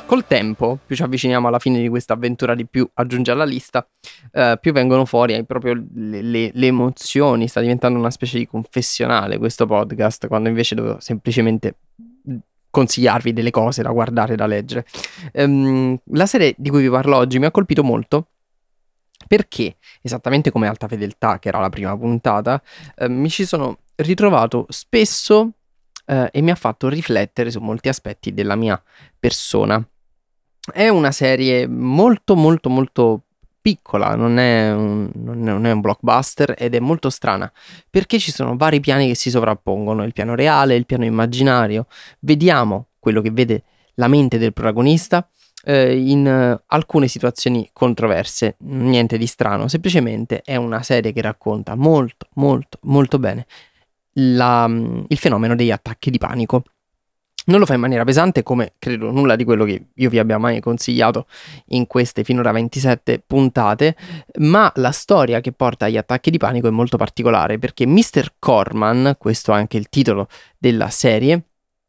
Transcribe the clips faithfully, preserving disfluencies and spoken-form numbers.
col tempo, più ci avviciniamo alla fine di questa avventura di più aggiunge alla lista, eh, più vengono fuori eh, proprio le, le- le emozioni, sta diventando una specie di confessionale questo podcast, quando invece dovevo semplicemente mm, consigliarvi delle cose da guardare, da leggere. Ehm, la serie di cui vi parlo oggi mi ha colpito molto perché, esattamente come Alta Fedeltà, che era la prima puntata, eh, mi ci sono ritrovato spesso eh, e mi ha fatto riflettere su molti aspetti della mia persona. È una serie molto molto molto piccola, non è un, non è non è un blockbuster ed è molto strana perché ci sono vari piani che si sovrappongono, il piano reale, il piano immaginario. Vediamo quello che vede la mente del protagonista eh, in eh, alcune situazioni controverse, niente di strano, semplicemente è una serie che racconta molto molto molto bene la- il fenomeno degli attacchi di panico. Non lo fa in maniera pesante, come credo nulla di quello che io vi abbia mai consigliato in queste finora ventisette puntate, ma la storia che porta agli attacchi di panico è molto particolare perché mister Corman, questo è anche il titolo della serie,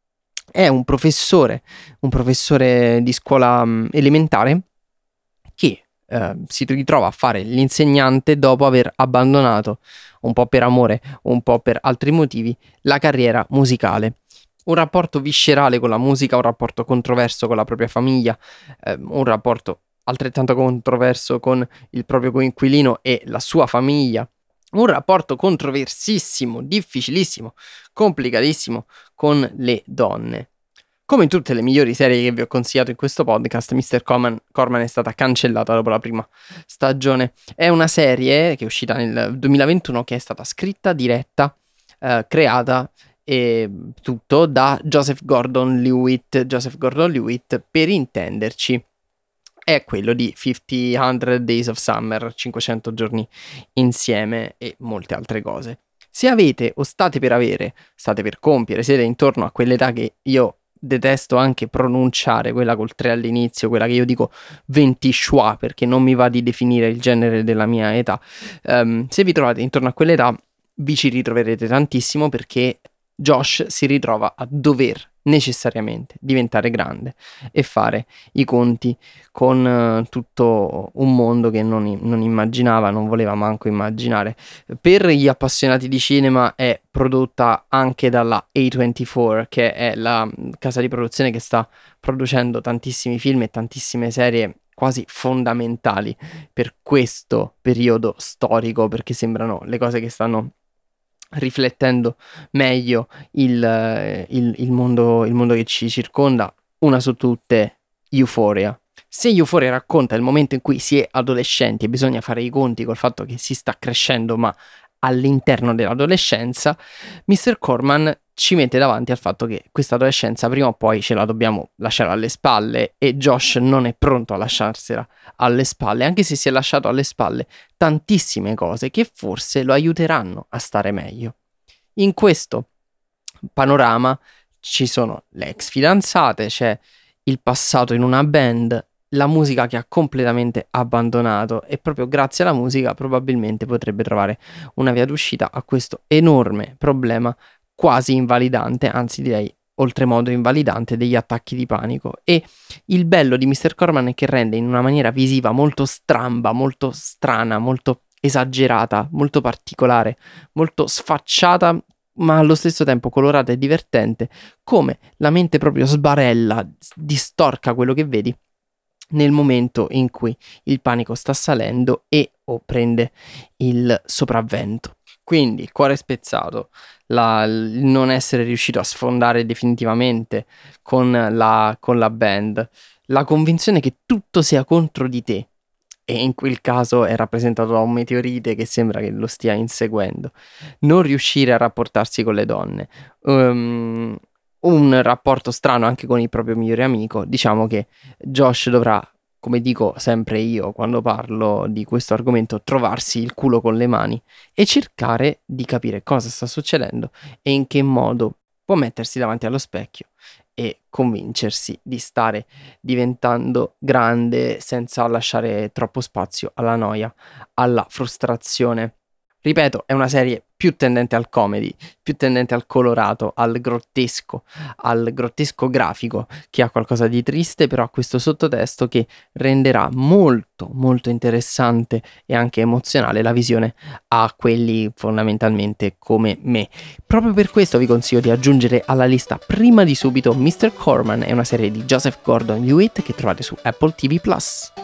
è un professore, un professore di scuola mh, elementare che eh, si ritrova a fare l'insegnante dopo aver abbandonato, un po' per amore, un po' per altri motivi, la carriera musicale. Un rapporto viscerale con la musica, un rapporto controverso con la propria famiglia, eh, un rapporto altrettanto controverso con il proprio coinquilino e la sua famiglia, un rapporto controversissimo, difficilissimo, complicatissimo con le donne. Come in tutte le migliori serie che vi ho consigliato in questo podcast, mister Corman, Corman è stata cancellata dopo la prima stagione. È una serie che è uscita nel duemilaventuno che è stata scritta, diretta, eh, creata e tutto da Joseph Gordon-Levitt. Joseph Gordon-Levitt, per intenderci, è quello di cinquecento Days of Summer, cinquecento giorni insieme e molte altre cose. Se avete o state per avere, state per compiere, siete intorno a quell'età che io detesto anche pronunciare, quella col tre all'inizio, quella che io dico venti schwa perché non mi va di definire il genere della mia età. Ehm, se vi trovate intorno a quell'età vi ci ritroverete tantissimo perché Josh si ritrova a dover necessariamente diventare grande e fare i conti con eh, tutto un mondo che non, i- non immaginava, non voleva manco immaginare. Per gli appassionati di cinema è prodotta anche dalla A ventiquattro, che è la mm, casa di produzione che sta producendo tantissimi film e tantissime serie quasi fondamentali per questo periodo storico, perché sembrano le cose che stanno riflettendo meglio il, eh, il- il mondo, il mondo che ci circonda, una su tutte, Euphoria. Se Euphoria racconta il momento in cui si è adolescenti e bisogna fare i conti col fatto che si sta crescendo, ma all'interno dell'adolescenza, mister Corman ci mette davanti al fatto che questa adolescenza prima o poi ce la dobbiamo lasciare alle spalle e Josh non è pronto a lasciarsela alle spalle, anche se si è lasciato alle spalle tantissime cose che forse lo aiuteranno a stare meglio. In questo panorama ci sono le ex fidanzate, c'è il passato in una band, la musica che ha completamente abbandonato e proprio grazie alla musica probabilmente potrebbe trovare una via d'uscita a questo enorme problema quasi invalidante, anzi direi oltremodo invalidante degli attacchi di panico. E il bello di mister Corman è che rende in una maniera visiva molto stramba, molto strana, molto esagerata, molto particolare, molto sfacciata, ma allo stesso tempo colorata e divertente, come la mente proprio sbarella, s- distorca quello che vedi nel momento in cui il panico sta salendo e o prende il sopravvento. Quindi, cuore spezzato, la- il non essere riuscito a sfondare definitivamente con la, con la band, la convinzione che tutto sia contro di te, e in quel caso è rappresentato da un meteorite che sembra che lo stia inseguendo, non riuscire a rapportarsi con le donne, ehm, un rapporto strano anche con il proprio migliore amico, diciamo che Josh dovrà, come dico sempre io quando parlo di questo argomento, trovarsi il culo con le mani e cercare di capire cosa sta succedendo e in che modo può mettersi davanti allo specchio e convincersi di stare diventando grande senza lasciare troppo spazio alla noia, alla frustrazione. Ripeto, è una serie più tendente al comedy, più tendente al colorato, al grottesco, al grottesco grafico, che ha qualcosa di triste, però ha questo sottotesto che renderà molto, molto interessante e anche emozionale la visione a quelli fondamentalmente come me. Proprio per questo vi consiglio di aggiungere alla lista prima di subito mister Corman, è una serie di Joseph Gordon-Levitt che trovate su Apple T V Plus.